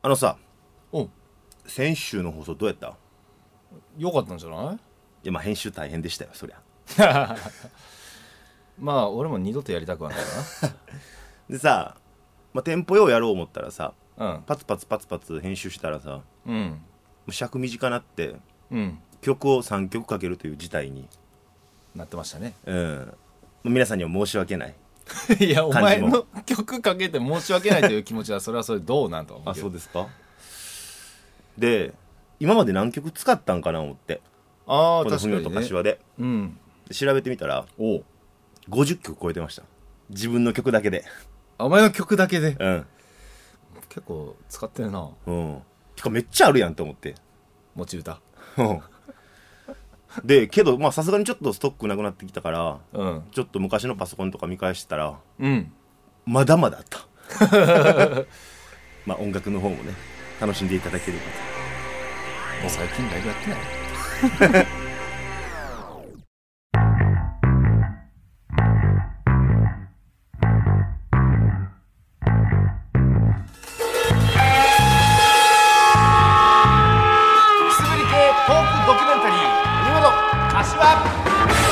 さ、 お先週の放送どうやった？ よかったんじゃない？ いや、まあ編集大変でしたよ、そりゃ。 まあ俺も二度とやりたくはないでさ、まあ、テンポようやろう思ったらさ、 な。 パツパツ編集したらさ、 うんもう尺短なってうん曲を3曲かけるという事態に、 なってましたね。 皆さんには申し訳ない。 いやお感じも前の曲かけて申し訳ないという気持ちはそれはそれでどうなんと思うあ、 けど。 そうですか。で、今まで何曲使ったんかな思って、 ああこの文雄と確かにね。 柏でうん調べてみたらおう 50曲超えてました。自分の曲だけで。 お前の曲だけでうん結構使ってるな。 てかめっちゃあるやんと思って持ち歌。 で、けどまあさすがにちょっとストックなくなってきたから、 うんちょっと昔のパソコンとか見返したらうんまだまだあったまあ音楽の方もね楽しんでいただければと。 もう最近ライブやってない。くすぶり系トークドキュメンタリー見事柏。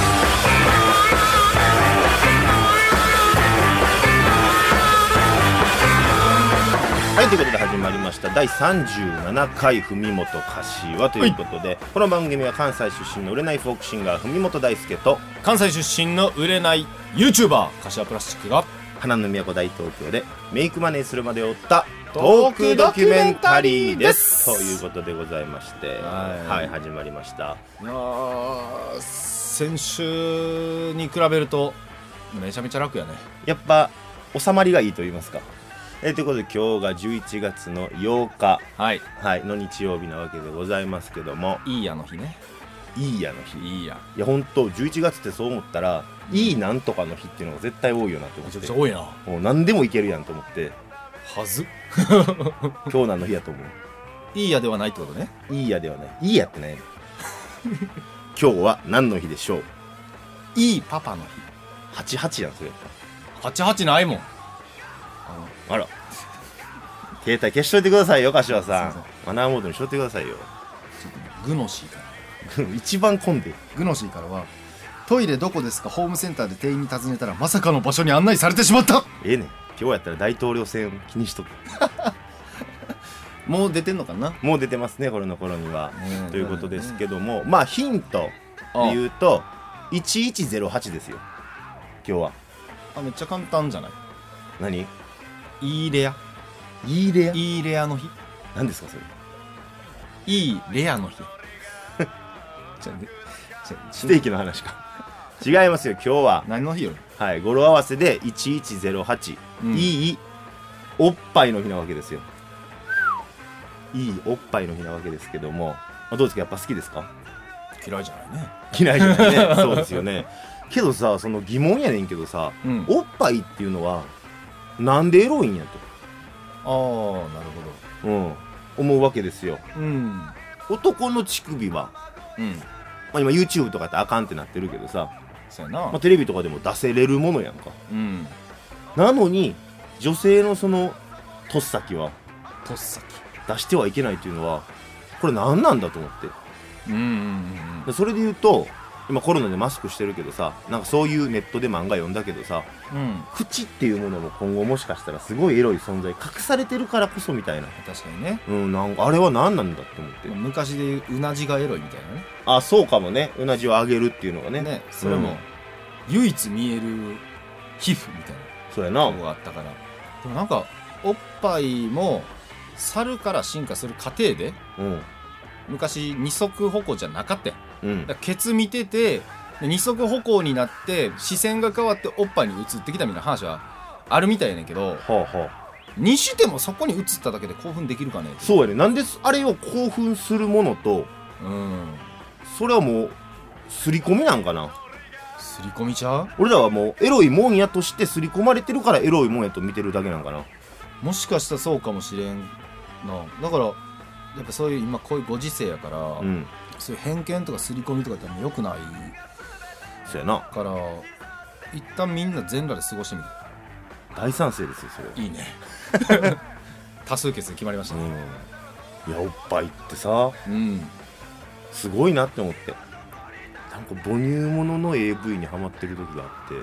はい、ということで始まりました第37回文元柏ということで、この番組は関西出身の売れないフォークシンガー文元大輔と関西出身の売れない YouTuber 柏プラスチックが花の都大東京でメイクマネーするまで追ったトークドキュメンタリーですということでございまして、はい、始まりました。 いやー先週に比べるとめちゃめちゃ楽やね。 やっぱ収まりがいいと言いますか。ということで今日が11月の8日、 はいの日曜日なわけでございますけども、 いいやの日ね。 いいやの日。 いいやいや本当11月ってそう思ったら、いいなんとかの日っていうのが絶対多いよなって思めちゃって、 くちゃ多いな。 もう何でもいけるやんと思って、 はず今日何の日やと思う？ いいやではないってことね。 いいやではない。いいやってないの今日は何の日でしょう？ いいパパの日。 88やんそれ。 88ないもん。 あら、携帯消しといてくださいよ柏さんすいま。 マナーモードにしといてくださいよ。 グノシーから一番混んでる。 グノシーからはトイレどこですかホームセンターで店員に尋ねたらまさかの場所に案内されてしまった。 ええねん、今日やったら大統領選気にしとくもう出てんのかな。 もう出てますね、これの頃には、 ねということですけども、まあヒントで言うと1108ですよ今日は。 めっちゃ簡単じゃない。 何？ いいレア。 いいレア？ いいレアの日。 何ですかそれ？ いいレアの日ステーキの話か違いますよ今日は。 何の日よ。 はい、語呂合わせで1108、いいおっぱいの日なわけですよ。いいおっぱいの日なわけですけども、どうですか、やっぱ好きですか？ 嫌いじゃないね。 嫌いじゃないねそうですよね。けどさ、その疑問やねんけどさ、おっぱいっていうのはなんでエロいんやああなるほと、思うわけですよ。 ど。 男の乳首は、今 YouTube とかってあかんってなってるけどさ、 そうやな。 テレビとかでも出せれるものやんか。なのに女性のそのとっさきはとっさ出してはいけないっていうのは、これ何なんだと思って。 き。 でそれで言うと、今コロナでマスクしてるけどさ、なんかそういうネットで漫画読んだけどさ、口っていうものも今後もしかしたらすごいエロい存在隠されてるからこそみたいな。 確かにね。 なんかあれは何なんだって思って。 昔で言ううなじがエロいみたいなね。 あ、そうかもね。うなじをあげるっていうのがね。 それも唯一見える皮膚みたいなそうやな。 のがあったから。でもなんかおっぱいも猿から進化する過程で、昔二足歩行じゃなかったやん。だからケツ見てて二足歩行になって視線が変わっておっぱいに移ってきたみたいな話はあるみたいやねんけど、にしてもそこに移っただけで興奮できるかね。 そうやね。なんであれを興奮するものと、それはもう刷り込みなんかな。 刷り込みちゃう？ 俺らはもうエロいもんやとして刷り込まれてるからエロいもんやと見てるだけなんかな。 もしかしたらそうかもしれんな。だからやっぱそういう今こういうご時世やから、そういう偏見とか刷り込みとかって良くないそうやな。 から一旦みんな全裸で過ごしてみる。 大賛成ですよそれ。 いいね多数決で決まりましたね。 いやおっぱいってさ、すごいなって思って、なんか母乳ものの AV にハマってる時があって、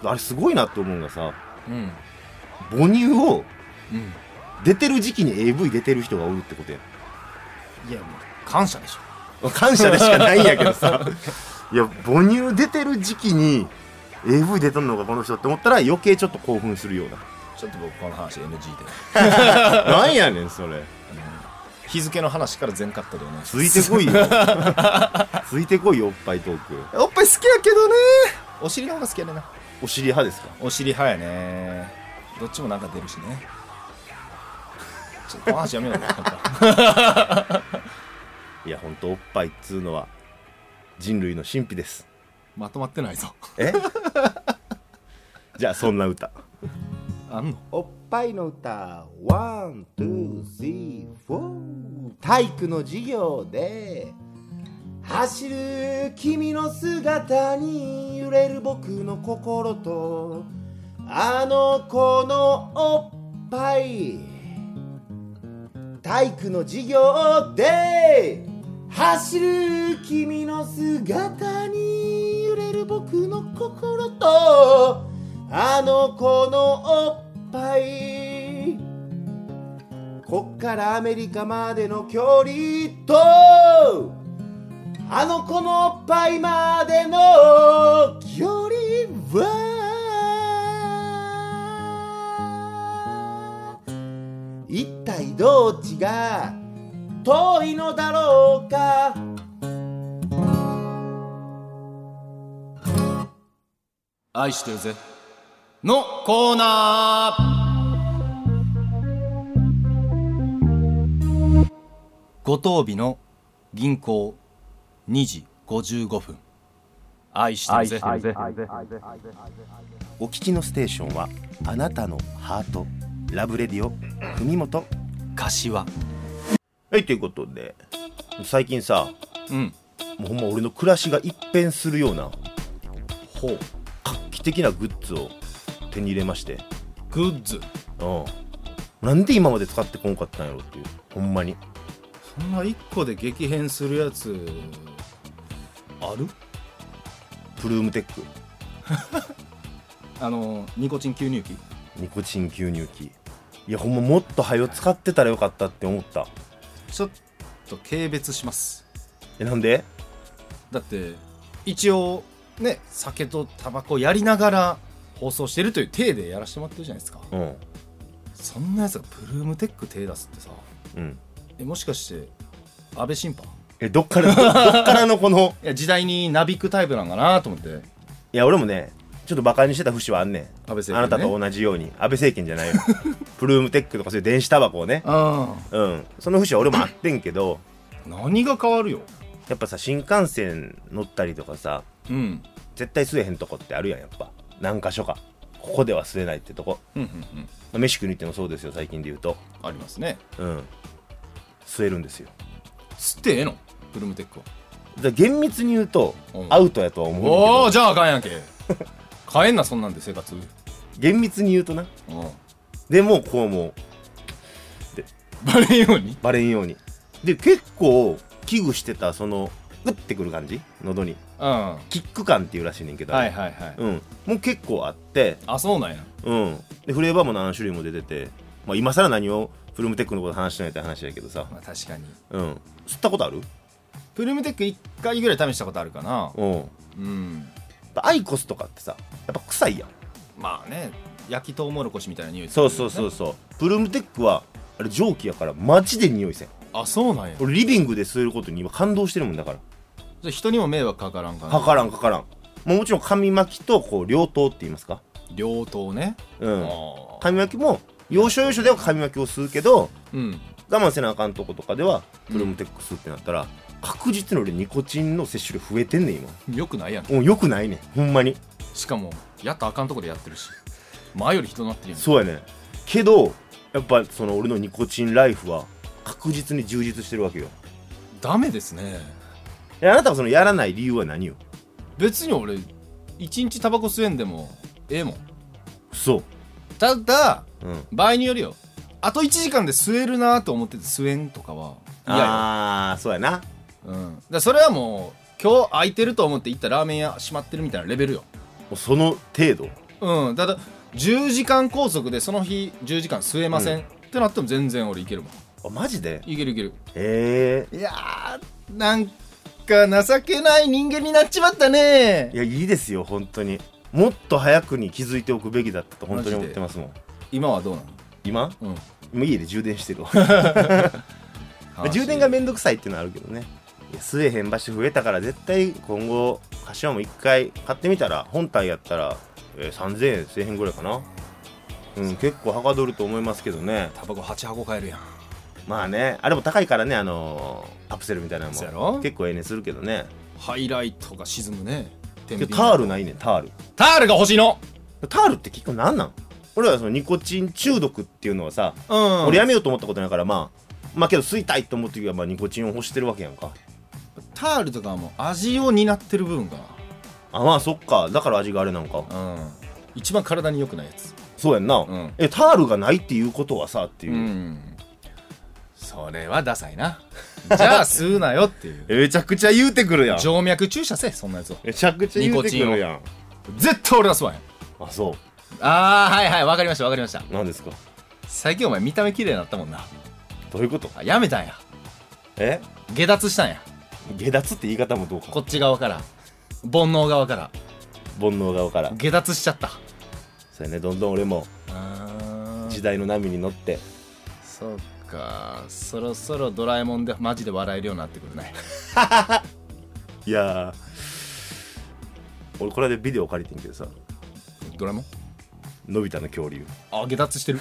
あれすごいなって思うのがさ、母乳を、出てる時期に AV 出てる人がおるってことや。 いやもう感謝でしょ。 感謝でしかないんやけどさいや母乳出てる時期に AV 出とんのがこの人って思ったら余計ちょっと興奮するような。 ちょっと僕この話 NG でなんやねんそれ。 日付の話から全カットでお願いします。 ついてこいよついてこいよおっぱいトーク。 おっぱい好きやけどね。お尻の方が好きやねんな。 お尻派ですか？ お尻派やね。どっちもなんか出るしね。ちょっとこの話やめようねいやほんとおっぱいっつうのは人類の神秘です。 まとまってないぞ。 じゃあそんな歌あんの？ おっぱいの歌ワン、ツー、スリー、フォー。体育の授業で走る君の姿に揺れる僕の心とあの子のおっぱい。体育の授業で走る君の姿に揺れる僕の心とあの子のおっぱい。こっからアメリカまでの距離とあの子のおっぱいまでの距離は一体どっちが遠いのだろうか。 愛してるぜのコーナー。ご当日の銀行2時55分。愛してるぜ。 お聞きのステーションはあなたのハートラブレディオ文元柏。 はい、ということで最近さ、もうほんま俺の暮らしが一変するような画期的なグッズを手に入れまして。 グッズ？ なんで今まで使ってこんかったんやろっていう。ほんまにそんな1個で激変するやつある？ プルームテックニコチン吸入器。 ニコチン吸入器。いやほんまもっと早よ使ってたらよかったって思った。 ちょっと軽蔑します。 なんで？ だって一応ね酒とタバコやりながら放送してるという体でやらせてもらってるじゃないですか。そんなやつがプルームテック手出すってさ、もしかして安倍晋太？ どっからのこのいや時代になびくタイプなんかなと思って。 いや俺もねちょっとバカにしてた節はあんねん。 安倍政権、ね、 あなたと同じように。安倍政権じゃないよプルームテックとかそういう電子タバコをね、その節は俺もあってんけど何が変わるよ。 やっぱさ新幹線乗ったりとかさ、絶対吸えへんとこってあるやん。やっぱ何か所かここでは吸えないってとこ、飯食いに行ってもそうですよ。最近で言うとありますね。 吸えるんですよ。 吸ってええの？プルームテックはだ厳密に言うとアウトやとは思うんだけど。 おーじゃああかんやんけ変えんなそんなんで生活。 厳密に言うとな。でもこうもバレんようにバレんようにで結構危惧してたそのグッてくる感じ喉に、キック感っていうらしいねんけど、もう結構あって。 あそうなんや。 でフレーバーも何種類も出てて、今更何をプルームテックのこと話してないって話やけどさ、 確かに。 吸ったことある？ プルームテック1回ぐらい試したことあるかな。 アイコスとかってさやっぱ臭いやん。 まあね焼きとうもろこしみたいな匂いする、ね、そうプルームテックはあれ蒸気やからマジで匂いせん。 あそうなんや。 俺リビングで吸えることに今感動してるもんだから。 じゃあ人にも迷惑かからんかな。 かからんもちろん紙巻きとこう両刀って言いますか。 両刀ね。 紙巻きも要所要所では紙巻きを吸うけど、我慢せなあかんとことかではプルームテック吸うってなったら、確実に俺ニコチンの摂取量増えてんねん今。 よくないやん。 よくないねんほんまに。 しかもやったらあかんとこでやってるし前より人なってるやん。 そうやねんけどやっぱその俺のニコチンライフは確実に充実してるわけよ。 ダメですね。 あなたはそのやらない理由は何よ？ 別に俺一日タバコ吸えんでもええもん。 そうただ、場合によるよ。 あと1時間で吸えるなと思ってて吸えんとかは嫌よ。 ああそうやな。 だそれはもう今日空いてると思って行ったラーメン屋閉まってるみたいなレベルよ。 もうその程度。 ただ10時間拘束でその日10時間吸えません、ってなっても全然俺いけるもん。 あマジで？ いけるいける。 いやーなんか情けない人間になっちまったね。 いやいいですよ本当に。もっと早くに気づいておくべきだったと本当に思ってますもん。 今はどうなの？ 今家で充電してるわ充電がめんどくさいっていうのはあるけどね。いや吸えへん場所増えたから絶対今後柏も一回買ってみたら本体やったら、3000円せえへんぐらいかな。結構はかどると思いますけどね。 タバコ8箱買えるやん。 まあねあれも高いからねカプセルみたいなのも結構ええねするけどね。 ハイライトが沈むね。 タールないねん。タールが欲しいの。 タールって結構なんなん？俺はそのニコチン中毒っていうのはさ、俺やめようと思ったことないからまあけど吸いたいと思ってはニコチンを欲してるわけやんか。 タールとかはもう味を担ってる部分かな。 まあそっかだから味があれなんか。 一番体に良くないやつ。 そうやんな。タールがないっていうことはさっていう。 それはダサいな。じゃあ吸うなよっていう。 めちゃくちゃ言うてくるやん。 静脈注射せそんなやつを。 めちゃくちゃ言うてくるやん。 絶対俺は吸わへん。 あそう。 はいわかりました。 何ですか？ 最近お前見た目綺麗になったもんな。 どういうこと？ やめたんや。下脱したんや。 下脱って言い方もどうか。 こっち側から煩悩側から下脱しちゃった。 そうやね。どんどん俺も時代の波に乗って。 そうかそろそろドラえもんでマジで笑えるようになってくるねいや俺これでビデオ借りてんけどさ。 ドラえもんのび太の恐竜。 下脱してる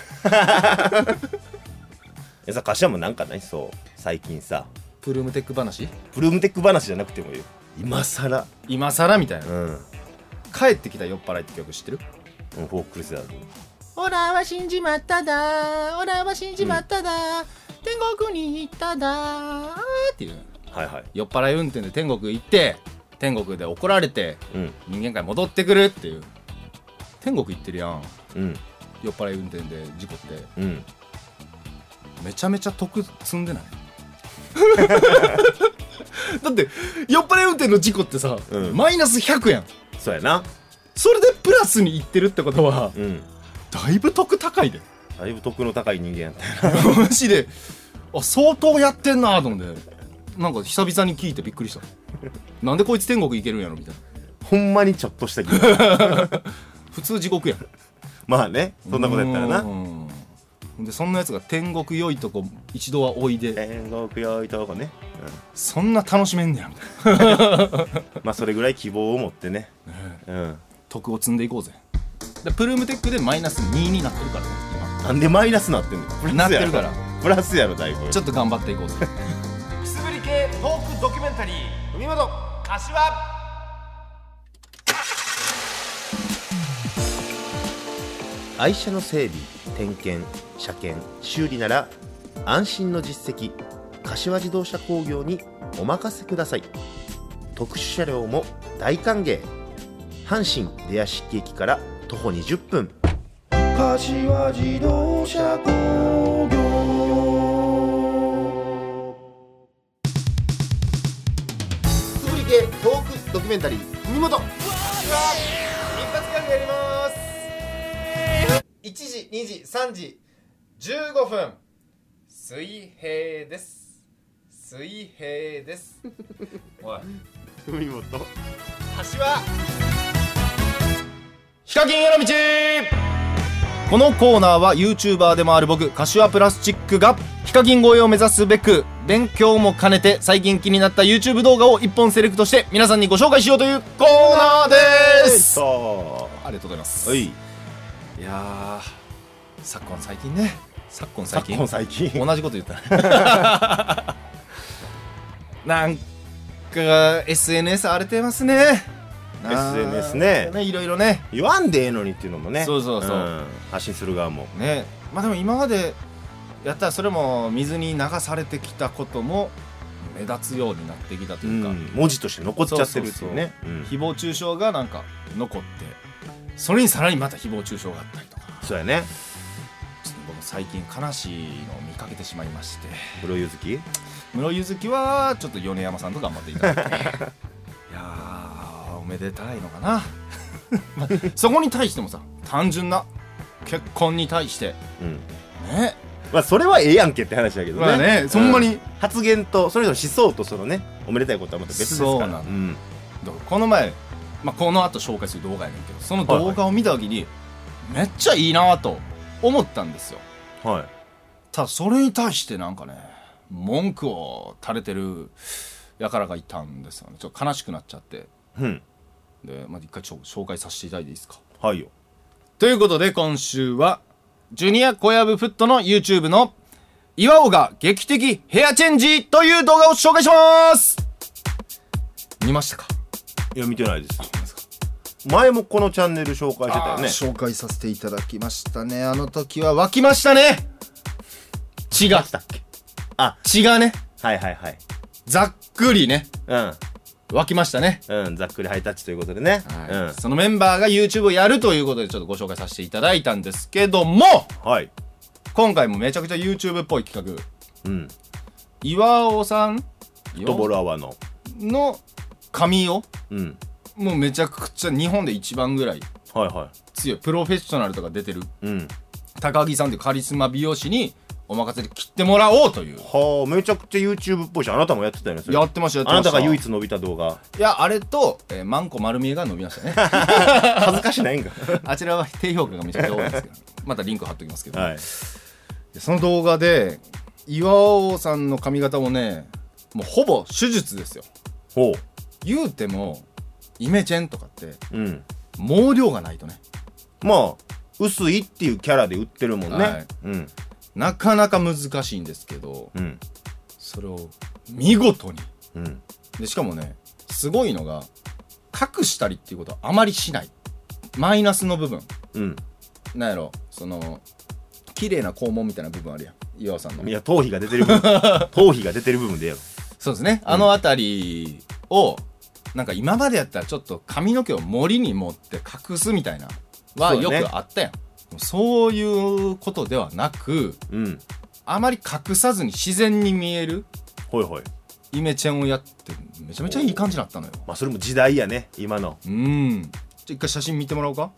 さ柏もなんかない？そう最近さプルームテック話じゃなくてもいいよ。今さらみたいな、帰ってきた酔っ払いって曲知ってる？ フォークルスだ。 オラは死んじまっただ天国に行っただっていう、酔っ払い運転で天国行って天国で怒られて、人間界戻ってくるっていう。天国行ってるやん、酔っ払い運転で事故って、めちゃめちゃ得積んでないだって酔っ払い運転の事故ってさ、マイナス100やん。 そうやな。 それでプラスにいってるってことは、だいぶ得高いで。 だいぶ得の高い人間やったよなマジで相当やってんなと思って、なんか久々に聞いてびっくりしたなんでこいつ天国行けるんやろみたいな。 ほんまにちょっとした気が普通地獄やん。 まあねそんなことやったらな。 でそんなやつが天国良いとこ一度はおいで。 天国良いとこね、 そんな楽しめんねやみたいなまあそれぐらい希望を持ってね、 徳を積んでいこうぜ。でプルームテックでマイナス2になってるからね今。なんでマイナスなってんの？ なってるからプラスやろだいぶ。 ちょっと頑張っていこうぜくすぶり系トークドキュメンタリー海本柏。愛車の整備、点検、車検、修理なら安心の実績、柏自動車工業にお任せください。特殊車両も大歓迎。阪神出屋敷駅から徒歩20分。柏自動車工業。くすぶり系トークドキュメンタリー海本。一発ギャグやります。1時、2時、3時、15分。水平です。水平です。おい、海本。柏。 ヒカキンへの道。このコーナーは YouTuber でもある僕、柏プラスチックがヒカキン超えを目指すべく勉強も兼ねて最近気になった YouTube 動画を1本セレクトして皆さんにご紹介しようというコーナーです。ありがとうございます。いや昨今最近同じこと言ったねなんか SNS 荒れてますね。 SNS ね、 いろいろね言わんでええのにっていうのもね。 そう、 発信する側もね。まあでも今までやったらそれも水に流されてきたことも目立つようになってきたというか、 文字として残っちゃってるっていうね。 誹謗中傷がなんか残って、それにさらにまた誹謗中傷があったりとか。 そうやね。 僕最近悲しいのを見かけてしまいまして。 室柚月はちょっと米山さんと頑張っていただいていやおめでたいのかなそこに対してもさ、単純な結婚に対して、ね、 まあそれはええやんけって話だけどね。 まあね、そんなに発言とそれぞれ思想とそのね、おめでたいことはまた別ですから。そうなの。 だからこの前、この後紹介する動画やねんけど、その動画を見た時に、めっちゃいいなと思ったんですよ。ただそれに対してなんかね、文句を垂れてる輩がいたんですよね。ちょっと悲しくなっちゃって。で、一回紹介させていただいていいですか。 はいよ。 ということで今週はジュニア小籔フットの YouTube の岩尾が劇的ヘアチェンジという動画を紹介します。見ましたか？ いや見てないです。前もこのチャンネル紹介してたよね。 紹介させていただきましたね。あの時は湧きましたね。血が血がね、ざっくりね、湧きましたね。 ざっくりハイタッチということでね、 そのメンバーが YouTube をやるということでちょっとご紹介させていただいたんですけども、今回もめちゃくちゃ YouTube っぽい企画、岩尾さんフットボールアワーの髪を、もうめちゃくちゃ日本で一番ぐらい強いプロフェッショナルとか出てる、高木さんというカリスマ美容師にお任せで切ってもらおうという。 はあ、めちゃくちゃ YouTube っぽいし、あなたもやってたよね。 やってました。 あなたが唯一伸びた動画。 いや、あれと、マンコ丸見えが伸びましたね。 恥ずかしないんか。 あちらは低評価がめちゃくちゃ多いんですけど、またリンク貼っときますけど、その動画で岩尾さんの髪型もね、もうほぼ手術ですよ。言うてもイメチェンとかって、毛量がないとね、 まあ薄いっていうキャラで売ってるもんね。 なかなか難しいんですけど、それを見事に、でしかもね、すごいのが隠したりっていうことはあまりしない。マイナスの部分、なんやろ、その綺麗な肛門みたいな部分あるやん、岩尾さんの。 いや、頭皮が出てる部分頭皮が出てる部分でやろ。 そうですね、あの辺りをなんか今までやったらちょっと髪の毛を森に持って隠すみたいなはよくあったやん。そういうことではなく、あまり隠さずに自然に見えるイメチェンをやってめちゃめちゃいい感じだったのよ。 まあそれも時代やね、今の。 一回写真見てもらおうか。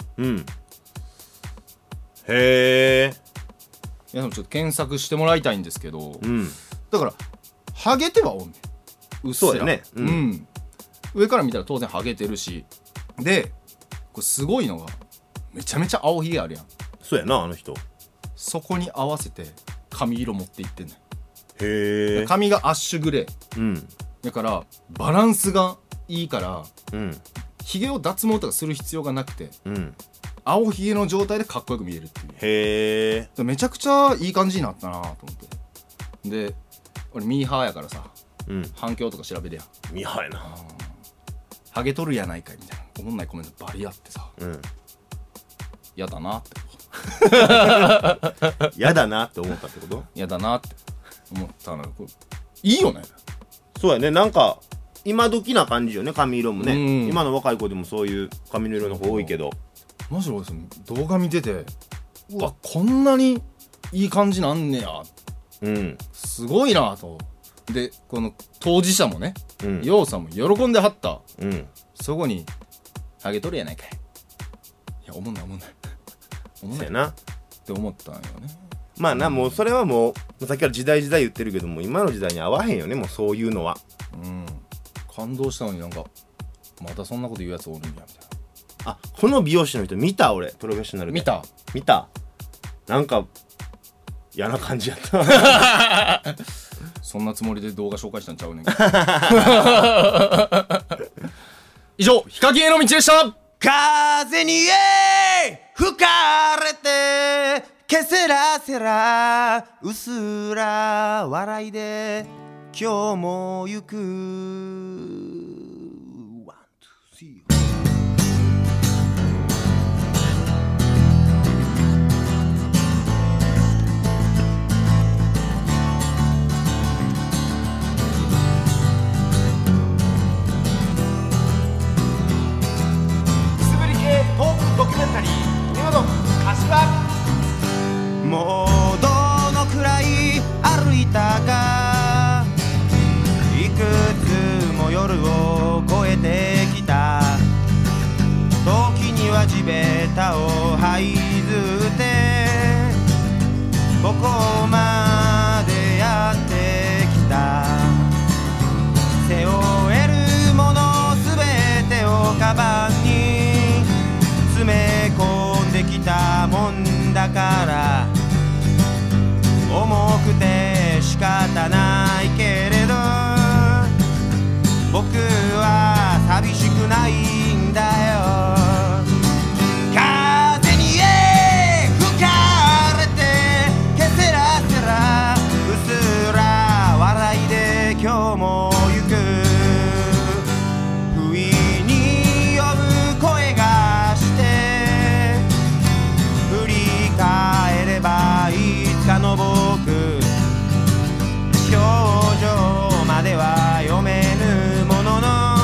へえ。 皆さんちょっと検索してもらいたいんですけど、だからハゲてはおんねん、うっすら。 そうやね。 上から見たら当然ハゲてるし、でこれすごいのがめちゃめちゃ青ひげあるやん。 そうやな、あの人。 そこに合わせて髪色持っていってんねん。 へえ。 髪がアッシュグレー、だからバランスがいいから、ひげを脱毛とかする必要がなくて、青ひげの状態でかっこよく見えるっていう。 へえ。 めちゃくちゃいい感じになったなと思って。で俺ミーハーやからさ、反響とか調べるやん。 ミーハーやな。 ハゲとるやないかいみたいなおもんないコメントバリあってさ、やだなってやだなって思ったってこと？ やだなって思ったの。いいよね。 そうやね、なんか今時な感じよね、髪色もね。今の若い子でもそういう髪の色の方多いけど、 マジで俺動画見てて、うわこんなにいい感じなんねや、すごいなと。でこの当事者もね、ようさんも喜んではった、そこにハゲとるやないかい、いやおもんないそうやなって思ったんよね。 まあな、もうそれはもうさっきから時代言ってるけども、今の時代に合わへんよね、もうそういうのは。 感動したのになんかまたそんなこと言うやつおるんやみたいな。あ、この美容師の人見た？俺プロフェッショナルで見た。なんか嫌な感じやったそんなつもりで動画紹介したんちゃうねんけど以上、ヒカキンへの道でした。 風に吹かれてけせらせらうすら笑いで今日も行く。ワン、ツー、スリー。 くすぶり系トークドキュメンタリー、見事柏。 もう日も行く不意に呼ぶ声がして振り返ればいつかの僕表情までは読めぬものの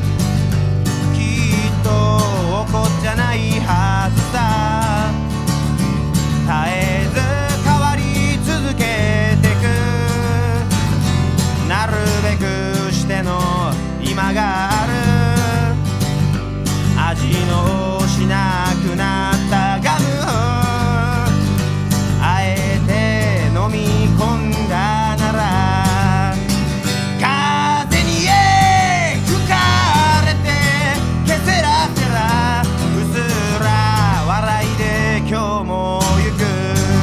きっと怒っちゃないはずさ絶えず変わり続けてくなるべくしての今がある味のしなくなったガムあえて飲み込んだなら風に吹かれてけせらせらうすら笑いで今日も行く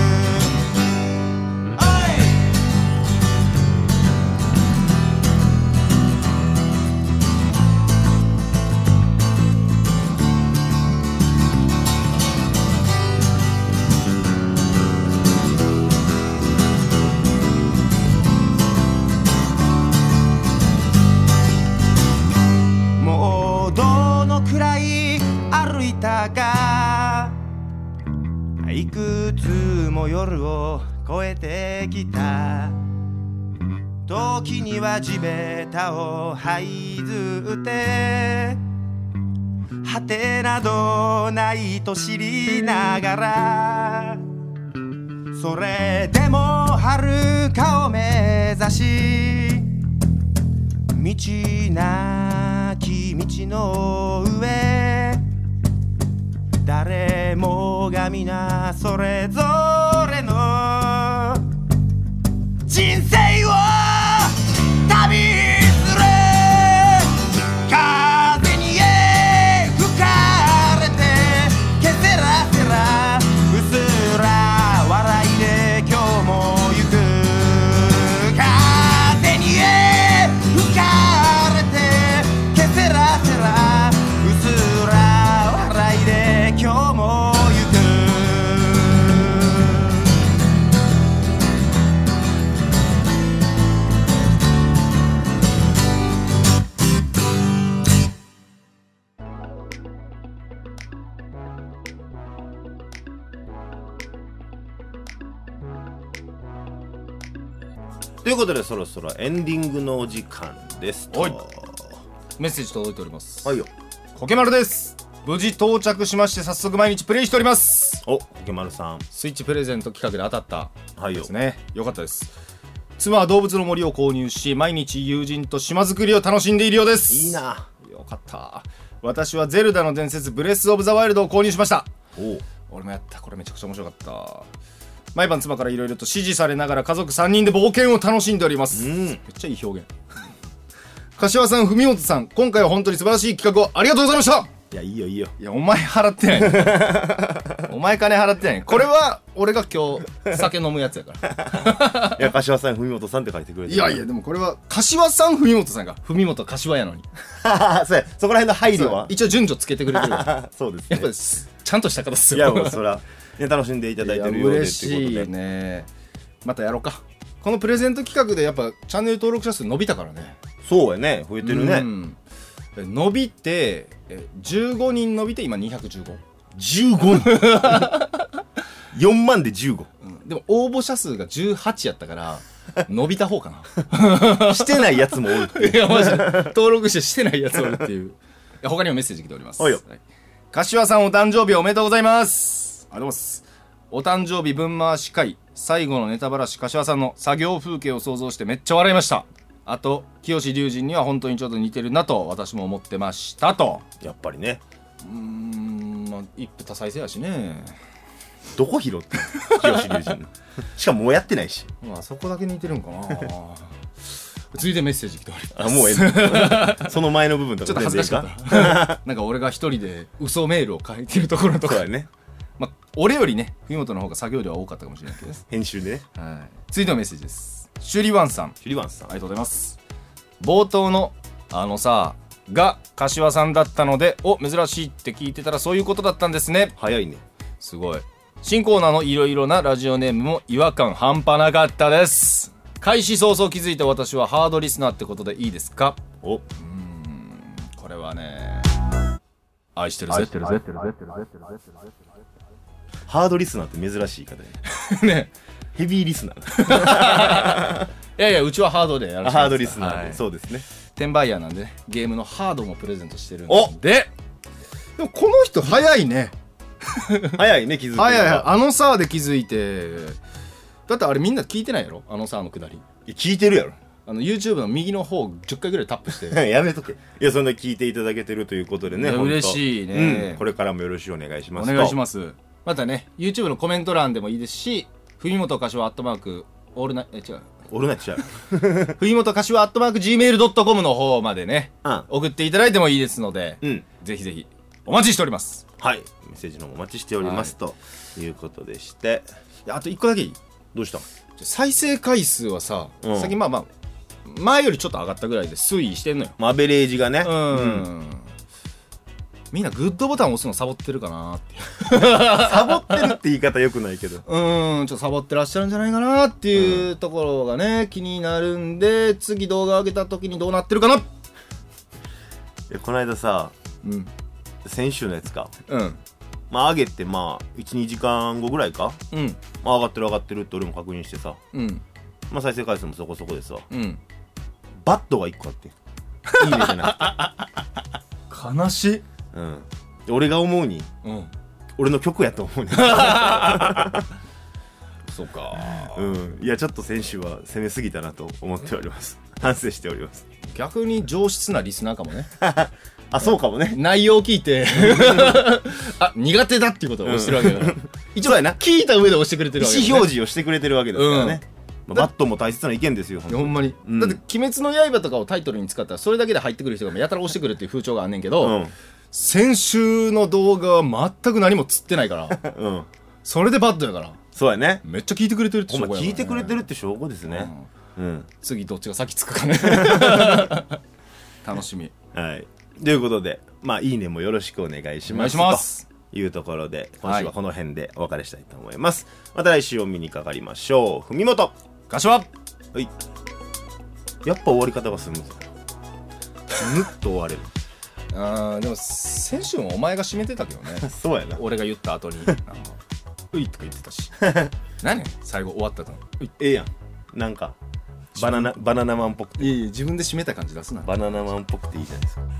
もうどのくらい歩いたかいくつも夜を越えてきた時には地べたを這いずって果てなどないと知りながらそれでも遥かを目指し道なき道の上誰もが皆それぞれの人生を旅する風に吹かれてけせらせらうすら笑いで今日も行く風に吹かれてけせらせらうすら笑いで今日も行くということでそろそろエンディングのお時間ですと。 はいメッセージ届いております。 はいよ。 コケマルです。無事到着しまして早速毎日プレイしております。 お、コケマルさんスイッチプレゼント企画で当たったはいよですね。よかったです。妻は動物の森を購入し毎日友人と島作りを楽しんでいるようです。 いいな。 よかった。私はゼルダの伝説ブレスオブザワイルドを購入しました。 お俺もやった。これめちゃくちゃ面白かった。毎晩妻からいろいろと指示されながら家族3人で冒険を楽しんでおります。めっちゃいい表現柏さん、文本さん、今回は本当に素晴らしい企画をありがとうございました。 いやいいよいいよ。 いやお前払ってないお前金払ってない。これは俺が今日酒飲むやつやからいや柏さん文本さんって書いてくれてる。 いやいやでもこれは柏さん文本さんが文本柏やのにそうやそこら辺の配慮は一応順序つけてくれてるからそうですね。 やっぱちゃんとした方ですよ。 いやもうそら、ね、楽しんでいただいてるようでっていうことで嬉しいね。またやろうか。このプレゼント企画でやっぱチャンネル登録者数伸びたからね。 そうやね増えてるね。 伸びて15人伸びて今215。 15人4万で15、 でも応募者数が18やったから伸びた方かなしてないやつもおるっていう。 いやマジで登録してないやつおるっていう。いや他にもメッセージ来ております。 はいよ。 柏さんお誕生日おめでとうございます。ありがとうございます。お誕生日分回し会最後のネタばらし柏さんの作業風景を想像してめっちゃ笑いました。あと清志龍神には本当にちょっと似てるなと私も思ってましたと。 やっぱりね。 まあ一夫多妻制やしね。 どこ拾って清志龍神のしかももうやってないし。 まあそこだけ似てるんかな続いてメッセージ来ております。 あもうその前の部分とかちょっと恥ずかしかったなんか俺が一人で嘘メールを書いてるところとか。 そうやね。 まあ俺よりね文本の方が作業量は多かったかもしれないけど編集でね。 はい。続いてのメッセージです。シュリワンさん。 シュリワンさんありがとうございます。冒頭のあのさが柏さんだったので珍しいって聞いてたらそういうことだったんですね。 早いね。 すごい。新コーナーのいろいろなラジオネームも違和感半端なかったです。 開始早々気づいた私はハードリスナーってことでいいですか？ お、 これはね、愛してるぜハードリスナーって珍しい言い方ね。 ヘビーリスナーいやいや、うちはハードでやる。 ハードリスナーで、 はい、 そうですね。 転売ヤーなんでね、ゲームのハードもプレゼントしてるんおで。でもこの人早いね。 早いね、気づいて。 早い、あのさーで気づいて。だってあれみんな聞いてないやろ、あのさーのくだり。 聞いてるやろ。 YouTube の右の方10回ぐらいタップしてやめとけ。いや、そんな聞いていただけてるということでね、 嬉しいね、 これからもよろしくお願いします。 お願いします。またね、 YouTube のコメント欄でもいいですし、文元柏アットマークオールナイ違うオールナイトちゃう文元柏アットマーク Gmail.com の方までね、 うん送っていただいてもいいですので、 うん、 ぜひぜひお待ちしております。 はい、メッセージの方お待ちしております、ということでして、 あと1個だけいい？ どうした？ 再生回数はさ、最近まあ前よりちょっと上がったぐらいで推移してんのよ。 アベレージがね、 みんなグッドボタン押すのサボってるかなっていうサボってるって言い方よくないけど、 ちょっとサボってらっしゃるんじゃないかなっていうところがね、気になるんで、次動画上げた時にどうなってるかな。 この間さ、先週のやつか、まあ上げてまあ 1,2 時間後ぐらいか、まあ上がってるって俺も確認してさ、まあ再生回数もそこそこでさ、バットが1個あっていいねじゃなくて悲しい。 で俺が思うに、俺の曲やと思うねそうか、 いやちょっと先週は攻めすぎたなと思っております。反省しております。 逆に上質なリスナーかもねあ、そうかもね。 内容を聞いてあ、苦手だっていうことを押してるわけだから、一応聞いた上で押してくれてるわけだ、ね、 意思表示をしてくれてるわけですからね、バットも大切な意見ですよ。 ほんまに、だって「鬼滅の刃」とかをタイトルに使ったらそれだけで入ってくる人がやたら押してくるっていう風潮があんねんけど、先週の動画は全く何も釣ってないから、それでバットやから。 そうやね、 めっちゃ聞いてくれてるって証拠やから、ね、 聞いてくれてるって証拠ですね。 次どっちが先つくかね楽しみ。 はい、ということで、まあいいねもよろしくお願いします。 お願いします。 というところで今週はこの辺でお別れしたいと思います。また来週お見にかかりましょう。文元柏、 はい、やっぱ終わり方がスムーズだな。ぬっと終われる。 でも先週もお前が締めてたけどねそうやな、 俺が言った後にういとか言ってたし何最後終わったとええやん、なんかバナナマンっぽくて、 いい自分で締めた感じ出すな。 バナナマンっぽくていいじゃないですか。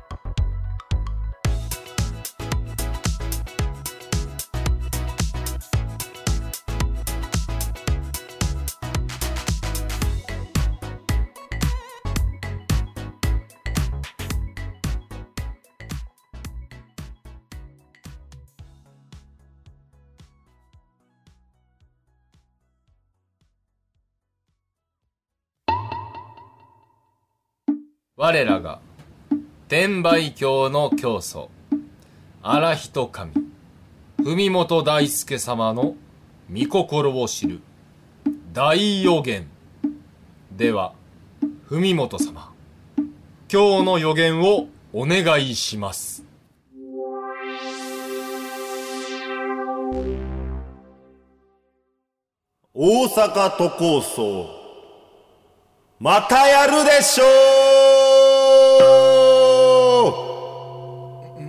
我らが天売教の教祖荒人神文元大輔様の御心を知る大予言では、文元様、今日の予言をお願いします。 大阪都構想またやるでしょう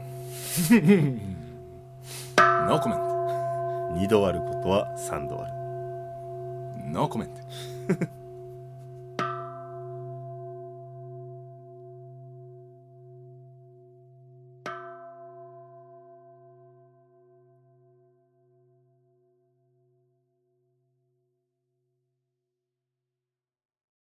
ノーコメント。 2度あることは3度ある。 ノーコメント。